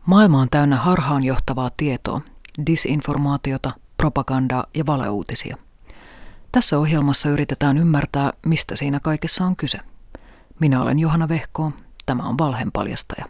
Maailma on täynnä harhaanjohtavaa tietoa, disinformaatiota, propagandaa ja valeuutisia. Tässä ohjelmassa yritetään ymmärtää, mistä siinä kaikessa on kyse. Minä olen Johanna Vehkoo, tämä on Valheenpaljastaja.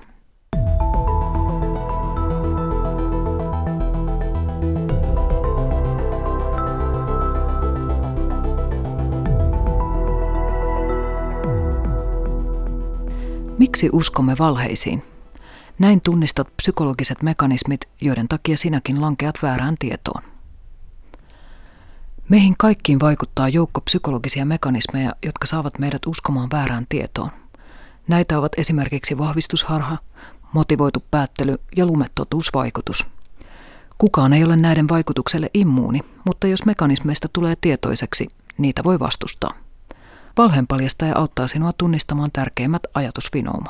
Miksi uskomme valheisiin? Näin tunnistat psykologiset mekanismit, joiden takia sinäkin lankeat väärään tietoon. Meihin kaikkiin vaikuttaa joukko psykologisia mekanismeja, jotka saavat meidät uskomaan väärään tietoon. Näitä ovat esimerkiksi vahvistusharha, motivoitu päättely ja lumetotuusvaikutus. Kukaan ei ole näiden vaikutukselle immuuni, mutta jos mekanismeista tulee tietoiseksi, niitä voi vastustaa. Valheenpaljastaja auttaa sinua tunnistamaan tärkeimmät ajatusvinoumat.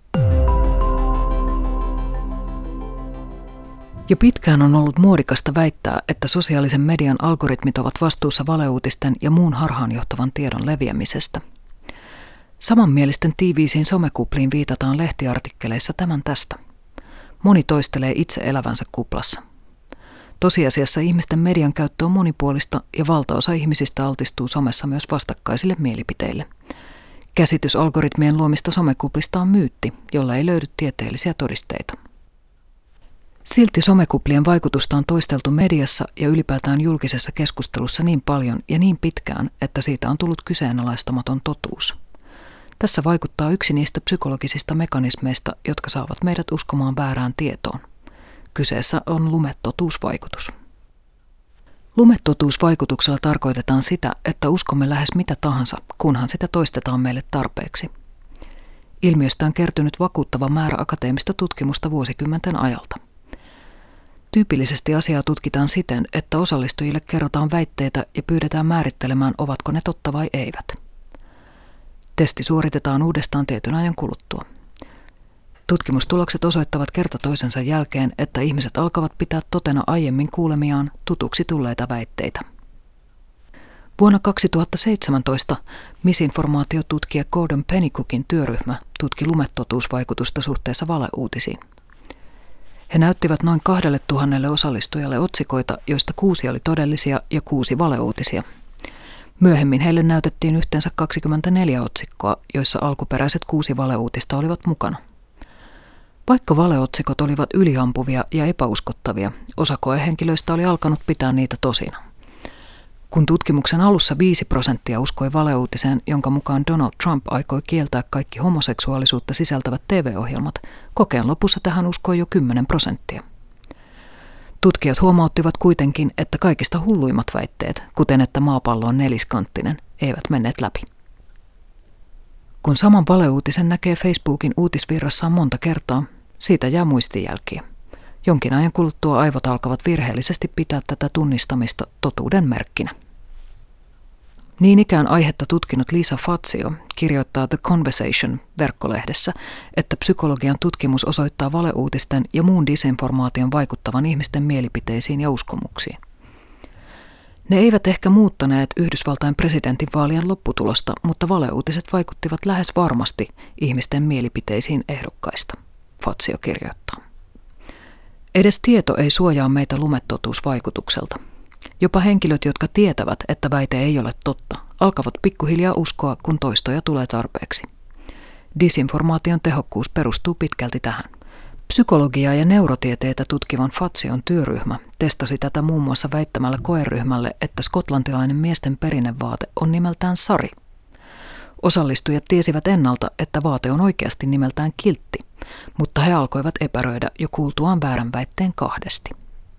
Jo pitkään on ollut muodikasta väittää, että sosiaalisen median algoritmit ovat vastuussa valeuutisten ja muun harhaanjohtavan tiedon leviämisestä. Samanmielisten tiiviisiin somekupliin viitataan lehtiartikkeleissa tämän tästä. Moni toistelee itse elävänsä kuplassa. Tosiasiassa ihmisten median käyttö on monipuolista ja valtaosa ihmisistä altistuu somessa myös vastakkaisille mielipiteille. Käsitys algoritmien luomista somekuplista on myytti, jolla ei löydy tieteellisiä todisteita. Silti somekuplien vaikutusta on toisteltu mediassa ja ylipäätään julkisessa keskustelussa niin paljon ja niin pitkään, että siitä on tullut kyseenalaistamaton totuus. Tässä vaikuttaa yksi niistä psykologisista mekanismeista, jotka saavat meidät uskomaan väärään tietoon. Kyseessä on lumetotuusvaikutus. Lumetotuusvaikutuksella tarkoitetaan sitä, että uskomme lähes mitä tahansa, kunhan sitä toistetaan meille tarpeeksi. Ilmiöstä on kertynyt vakuuttava määrä akateemista tutkimusta vuosikymmenten ajalta. Tyypillisesti asiaa tutkitaan siten, että osallistujille kerrotaan väitteitä ja pyydetään määrittelemään, ovatko ne totta vai eivät. Testi suoritetaan uudestaan tietyn ajan kuluttua. Tutkimustulokset osoittavat kerta toisensa jälkeen, että ihmiset alkavat pitää totena aiemmin kuulemiaan tutuksi tulleita väitteitä. Vuonna 2017 misinformaatiotutkija Gordon Pennycookin työryhmä tutki lumetotuusvaikutusta suhteessa valeuutisiin. He näyttivät noin 2000 osallistujalle otsikoita, joista 6 oli todellisia ja 6 valeuutisia. Myöhemmin heille näytettiin yhteensä 24 otsikkoa, joissa alkuperäiset 6 valeuutista olivat mukana. Vaikka valeotsikot olivat yliampuvia ja epäuskottavia, osa koehenkilöistä oli alkanut pitää niitä tosina. Kun tutkimuksen alussa 5% uskoi valeuutiseen, jonka mukaan Donald Trump aikoi kieltää kaikki homoseksuaalisuutta sisältävät TV-ohjelmat, kokeen lopussa tähän uskoi jo 10%. Tutkijat huomauttivat kuitenkin, että kaikista hulluimmat väitteet, kuten että maapallo on neliskanttinen, eivät menneet läpi. Kun saman valeuutisen näkee Facebookin uutisvirrassaan monta kertaa, siitä jää muistijälkiä. Jonkin ajan kuluttua aivot alkavat virheellisesti pitää tätä tunnistamista totuuden merkkinä. Niin ikään aihetta tutkinut Lisa Fazio kirjoittaa The Conversation-verkkolehdessä, että psykologian tutkimus osoittaa valeuutisten ja muun disinformaation vaikuttavan ihmisten mielipiteisiin ja uskomuksiin. Ne eivät ehkä muuttaneet Yhdysvaltain presidentinvaalien lopputulosta, mutta valeuutiset vaikuttivat lähes varmasti ihmisten mielipiteisiin ehdokkaista, Fazio kirjoittaa. Edes tieto ei suojaa meitä lumetotuusvaikutukselta. Jopa henkilöt, jotka tietävät, että väite ei ole totta, alkavat pikkuhiljaa uskoa, kun toistoja tulee tarpeeksi. Disinformaation tehokkuus perustuu pitkälti tähän. Psykologiaa ja neurotieteitä tutkivan Fazion työryhmä testasi tätä muun muassa väittämällä koeryhmälle, että skotlantilainen miesten perinnevaate on nimeltään sari. Osallistujat tiesivät ennalta, että vaate on oikeasti nimeltään kiltti, mutta he alkoivat epäröidä jo kuultuaan väärän väitteen kahdesti.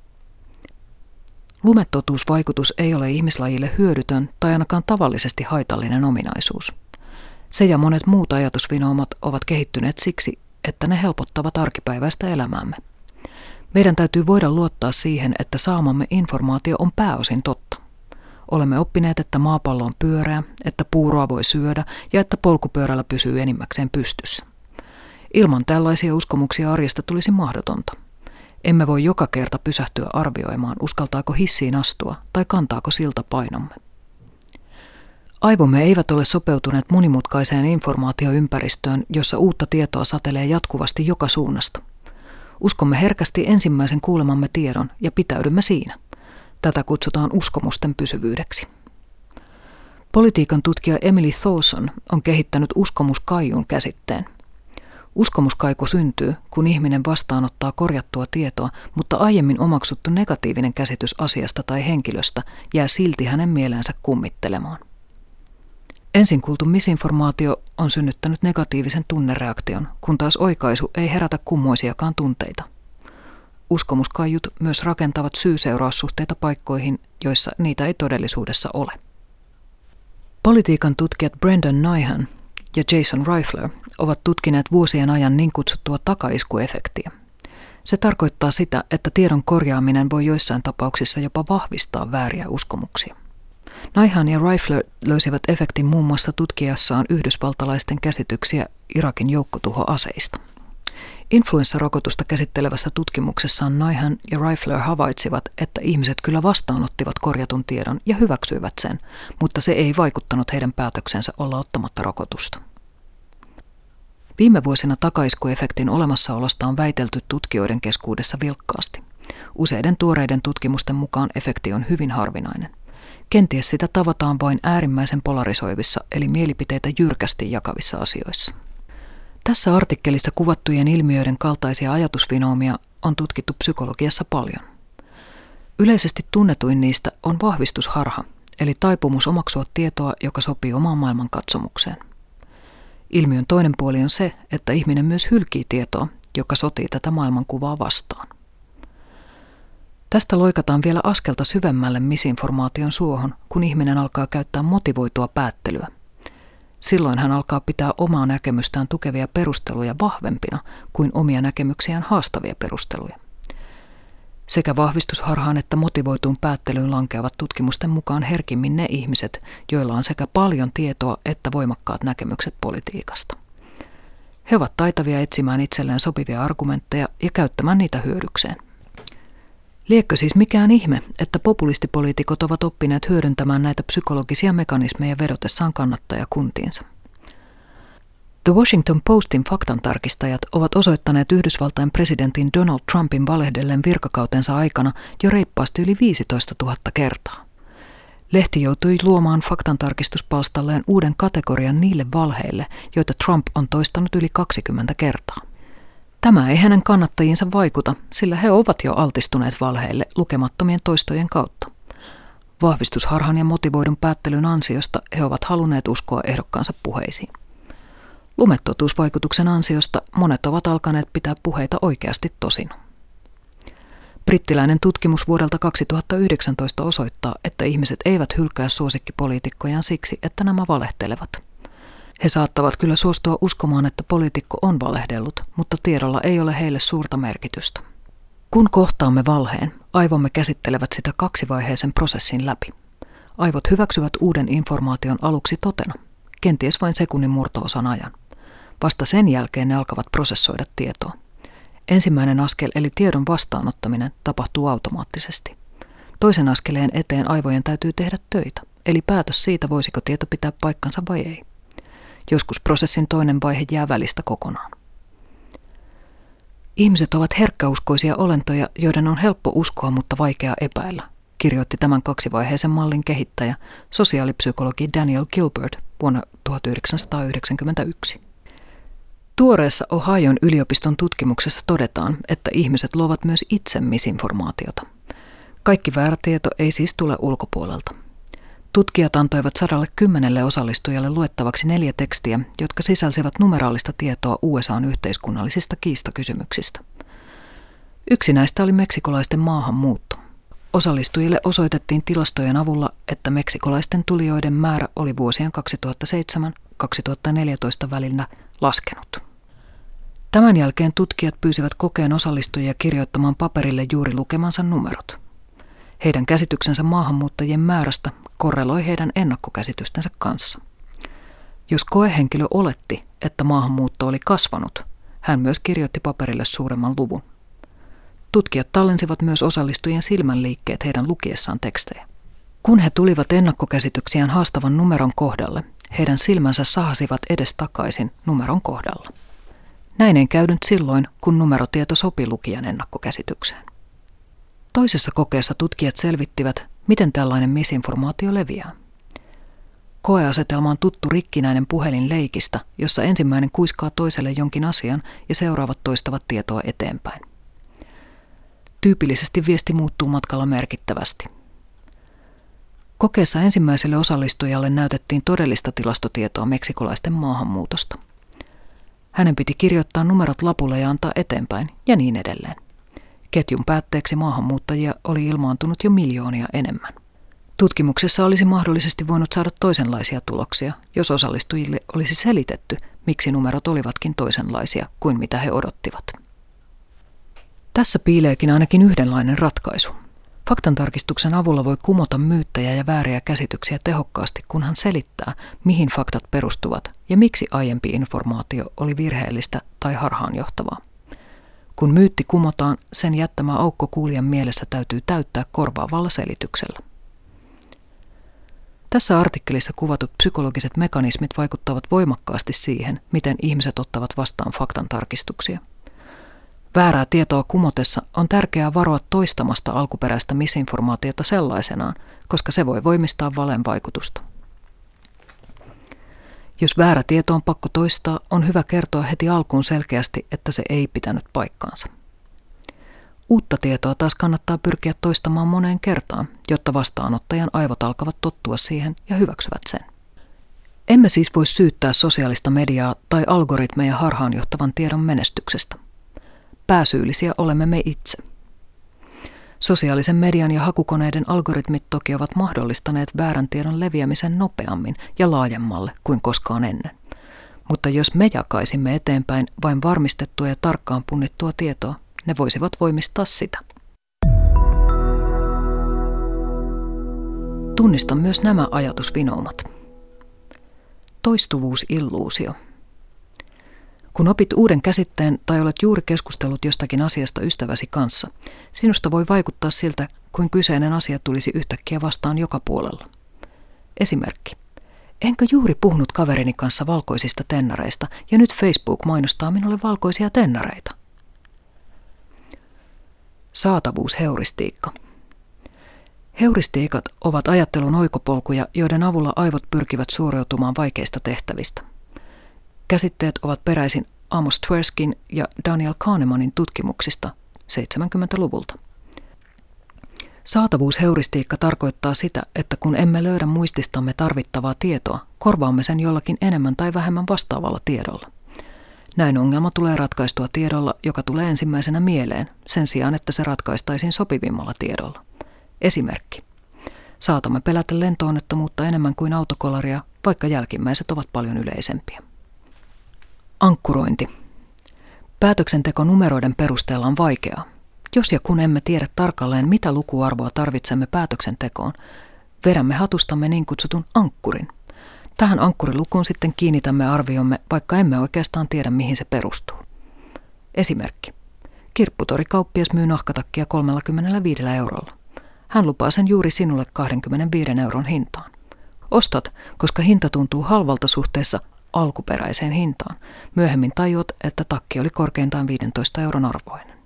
Lumetotuusvaikutus ei ole ihmislajille hyödytön tai ainakaan tavallisesti haitallinen ominaisuus. Se ja monet muut ajatusvinoumat ovat kehittyneet siksi, että ne helpottavat arkipäiväistä elämäämme. Meidän täytyy voida luottaa siihen, että saamamme informaatio on pääosin totta. Olemme oppineet, että maapallo on pyöreä, että puuroa voi syödä ja että polkupyörällä pysyy enimmäkseen pystyssä. Ilman tällaisia uskomuksia arjesta tulisi mahdotonta. Emme voi joka kerta pysähtyä arvioimaan, uskaltaako hissiin astua tai kantaako silta painomme. Aivomme eivät ole sopeutuneet monimutkaiseen informaatioympäristöön, jossa uutta tietoa satelee jatkuvasti joka suunnasta. Uskomme herkästi ensimmäisen kuulemamme tiedon ja pitäydymme siinä. Tätä kutsutaan uskomusten pysyvyydeksi. Politiikan tutkija Emily Thorson on kehittänyt uskomuskaiun käsitteen. Uskomuskaiku syntyy, kun ihminen vastaanottaa korjattua tietoa, mutta aiemmin omaksuttu negatiivinen käsitys asiasta tai henkilöstä jää silti hänen mieleensä kummittelemaan. Ensin kuultu misinformaatio on synnyttänyt negatiivisen tunnereaktion, kun taas oikaisu ei herätä kummoisiakaan tunteita. Uskomuskaiut myös rakentavat syy-seuraussuhteita paikkoihin, joissa niitä ei todellisuudessa ole. Politiikan tutkijat Brendan Nyhan ja Jason Reifler ovat tutkineet vuosien ajan niin kutsuttua takaiskuefektiä. Se tarkoittaa sitä, että tiedon korjaaminen voi joissain tapauksissa jopa vahvistaa vääriä uskomuksia. Nyhan ja Reifler löysivät efektin muun muassa tutkijassaan yhdysvaltalaisten käsityksiä Irakin joukkotuhoaseista. Influenssarokotusta käsittelevässä tutkimuksessaan Nyhan ja Reifler havaitsivat, että ihmiset kyllä vastaanottivat korjatun tiedon ja hyväksyivät sen, mutta se ei vaikuttanut heidän päätöksensä olla ottamatta rokotusta. Viime vuosina takaiskuefektin olemassaolosta on väitelty tutkijoiden keskuudessa vilkkaasti. Useiden tuoreiden tutkimusten mukaan efekti on hyvin harvinainen. Kenties sitä tavataan vain äärimmäisen polarisoivissa eli mielipiteitä jyrkästi jakavissa asioissa. Tässä artikkelissa kuvattujen ilmiöiden kaltaisia ajatusvinoomia on tutkittu psykologiassa paljon. Yleisesti tunnetuin niistä on vahvistusharha, eli taipumus omaksua tietoa, joka sopii omaan maailmankatsomukseen. Ilmiön toinen puoli on se, että ihminen myös hylkii tietoa, joka sotii tätä maailmankuvaa vastaan. Tästä loikataan vielä askelta syvemmälle misinformaation suohon, kun ihminen alkaa käyttää motivoitua päättelyä. Silloin hän alkaa pitää omaa näkemystään tukevia perusteluja vahvempina kuin omia näkemyksiään haastavia perusteluja. Sekä vahvistusharhaan että motivoituun päättelyyn lankeavat tutkimusten mukaan herkimmin ne ihmiset, joilla on sekä paljon tietoa että voimakkaat näkemykset politiikasta. He ovat taitavia etsimään itselleen sopivia argumentteja ja käyttämään niitä hyödykseen. Liekkö siis mikään ihme, että populistipoliitikot ovat oppineet hyödyntämään näitä psykologisia mekanismeja vedotessaan kannattajakuntiinsa? The Washington Postin faktantarkistajat ovat osoittaneet Yhdysvaltain presidentin Donald Trumpin valehdelleen virkakautensa aikana jo reippaasti yli 15 000 kertaa. Lehti joutui luomaan faktantarkistuspalstalleen uuden kategorian niille valheille, joita Trump on toistanut yli 20 kertaa. Tämä ei hänen kannattajiinsa vaikuta, sillä he ovat jo altistuneet valheille lukemattomien toistojen kautta. Vahvistusharhan ja motivoidun päättelyn ansiosta he ovat halunneet uskoa ehdokkaansa puheisiin. Lumetotuusvaikutuksen ansiosta monet ovat alkaneet pitää puheita oikeasti tosina. Brittiläinen tutkimus vuodelta 2019 osoittaa, että ihmiset eivät hylkää suosikkipoliitikkojaan siksi, että nämä valehtelevat. He saattavat kyllä suostua uskomaan, että poliitikko on valehdellut, mutta tiedolla ei ole heille suurta merkitystä. Kun kohtaamme valheen, aivomme käsittelevät sitä kaksivaiheisen prosessin läpi. Aivot hyväksyvät uuden informaation aluksi totena, kenties vain sekunnin murto-osan ajan. Vasta sen jälkeen ne alkavat prosessoida tietoa. Ensimmäinen askel eli tiedon vastaanottaminen tapahtuu automaattisesti. Toisen askeleen eteen aivojen täytyy tehdä töitä, eli päätös siitä, voisiko tieto pitää paikkansa vai ei. Joskus prosessin toinen vaihe jää välistä kokonaan. Ihmiset ovat herkkäuskoisia olentoja, joiden on helppo uskoa, mutta vaikea epäillä, kirjoitti tämän kaksivaiheisen mallin kehittäjä, sosiaalipsykologi Daniel Gilbert vuonna 1991. Tuoreessa Ohion yliopiston tutkimuksessa todetaan, että ihmiset luovat myös itse misinformaatiota. Kaikki väärä tieto ei siis tule ulkopuolelta. Tutkijat antoivat 110 osallistujalle luettavaksi 4 tekstiä, jotka sisälsivät numeraalista tietoa USA:n yhteiskunnallisista kiistakysymyksistä. Yksi näistä oli meksikolaisten maahanmuutto. Osallistujille osoitettiin tilastojen avulla, että meksikolaisten tulijoiden määrä oli vuosien 2007-2014 välillä laskenut. Tämän jälkeen tutkijat pyysivät kokeen osallistujia kirjoittamaan paperille juuri lukemansa numerot. Heidän käsityksensä maahanmuuttajien määrästä korreloi heidän ennakkokäsitystensä kanssa. Jos koehenkilö oletti, että maahanmuutto oli kasvanut, hän myös kirjoitti paperille suuremman luvun. Tutkijat tallensivat myös osallistujien silmänliikkeet heidän lukiessaan tekstejä. Kun he tulivat ennakkokäsityksiään haastavan numeron kohdalle, heidän silmänsä sahasivat edestakaisin numeron kohdalla. Näin ei käynyt silloin, kun numerotieto sopi lukijan ennakkokäsitykseen. Toisessa kokeessa tutkijat selvittivät, miten tällainen misinformaatio leviää. Koeasetelma on tuttu rikkinäinen puhelin leikistä, jossa ensimmäinen kuiskaa toiselle jonkin asian ja seuraavat toistavat tietoa eteenpäin. Tyypillisesti viesti muuttuu matkalla merkittävästi. Kokeessa ensimmäiselle osallistujalle näytettiin todellista tilastotietoa meksikolaisten maahanmuutosta. Hänen piti kirjoittaa numerot lapulle ja antaa eteenpäin, ja niin edelleen. Ketjun päätteeksi maahanmuuttajia oli ilmaantunut jo miljoonia enemmän. Tutkimuksessa olisi mahdollisesti voinut saada toisenlaisia tuloksia, jos osallistujille olisi selitetty, miksi numerot olivatkin toisenlaisia kuin mitä he odottivat. Tässä piileekin ainakin yhdenlainen ratkaisu. Faktantarkistuksen avulla voi kumota myyttejä ja vääriä käsityksiä tehokkaasti, kunhan selittää, mihin faktat perustuvat ja miksi aiempi informaatio oli virheellistä tai harhaanjohtavaa. Kun myytti kumotaan, sen jättämä aukko kuulijan mielessä täytyy täyttää korvaavalla selityksellä. Tässä artikkelissa kuvatut psykologiset mekanismit vaikuttavat voimakkaasti siihen, miten ihmiset ottavat vastaan faktantarkistuksia. Väärää tietoa kumotessa on tärkeää varoa toistamasta alkuperäistä misinformaatiota sellaisenaan, koska se voi voimistaa valeen vaikutusta. Jos väärä tieto on pakko toistaa, on hyvä kertoa heti alkuun selkeästi, että se ei pitänyt paikkaansa. Uutta tietoa taas kannattaa pyrkiä toistamaan moneen kertaan, jotta vastaanottajan aivot alkavat tottua siihen ja hyväksyvät sen. Emme siis voi syyttää sosiaalista mediaa tai algoritmeja harhaanjohtavan tiedon menestyksestä. Pääsyyllisiä olemme me itse. Sosiaalisen median ja hakukoneiden algoritmit toki ovat mahdollistaneet väärän tiedon leviämisen nopeammin ja laajemmalle kuin koskaan ennen. Mutta jos me jakaisimme eteenpäin vain varmistettua ja tarkkaan punnittua tietoa, ne voisivat voimistaa sitä. Tunnistan myös nämä ajatusvinoumat. Toistuvuusilluusio. Kun opit uuden käsitteen tai olet juuri keskustellut jostakin asiasta ystäväsi kanssa, sinusta voi vaikuttaa siltä, kuin kyseinen asia tulisi yhtäkkiä vastaan joka puolella. Esimerkki. Enkö juuri puhunut kaverini kanssa valkoisista tennareista ja nyt Facebook mainostaa minulle valkoisia tennareita? Saatavuusheuristiikka. Heuristiikat ovat ajattelun oikopolkuja, joiden avulla aivot pyrkivät suoriutumaan vaikeista tehtävistä. Käsitteet ovat peräisin Amos Tverskin ja Daniel Kahnemanin tutkimuksista 70-luvulta. Saatavuusheuristiikka tarkoittaa sitä, että kun emme löydä muististamme tarvittavaa tietoa, korvaamme sen jollakin enemmän tai vähemmän vastaavalla tiedolla. Näin ongelma tulee ratkaistua tiedolla, joka tulee ensimmäisenä mieleen, sen sijaan, että se ratkaistaisiin sopivimmalla tiedolla. Esimerkki. Saatamme pelätä lentoonnettomuutta enemmän kuin autokolaria, vaikka jälkimmäiset ovat paljon yleisempiä. Ankkurointi. Päätöksenteko numeroiden perusteella on vaikeaa. Jos ja kun emme tiedä tarkalleen, mitä lukuarvoa tarvitsemme päätöksentekoon, vedämme hatustamme niin kutsutun ankkurin. Tähän ankkurilukuun sitten kiinnitämme arviomme, vaikka emme oikeastaan tiedä, mihin se perustuu. Esimerkki. Kirpputorikauppias myy nahkatakkia 35 eurolla. Hän lupaa sen juuri sinulle 25 euron hintaan. Ostat, koska hinta tuntuu halvalta suhteessa alkuperäiseen hintaan. Myöhemmin tajuat, että takki oli korkeintaan 15 euron arvoinen.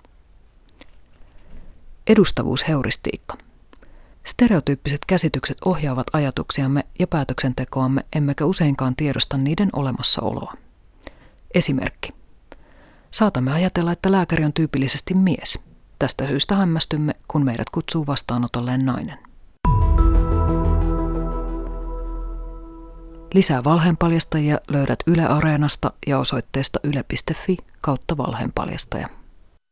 Edustavuusheuristiikka. Stereotyyppiset käsitykset ohjaavat ajatuksiamme ja päätöksentekoamme, emmekä useinkaan tiedosta niiden olemassaoloa. Esimerkki. Saatamme ajatella, että lääkäri on tyypillisesti mies. Tästä syystä hämmästymme, kun meidät kutsuu vastaanotolleen nainen. Lisää valheenpaljastajia löydät Yle Areenasta ja osoitteesta yle.fi/valheenpaljastaja.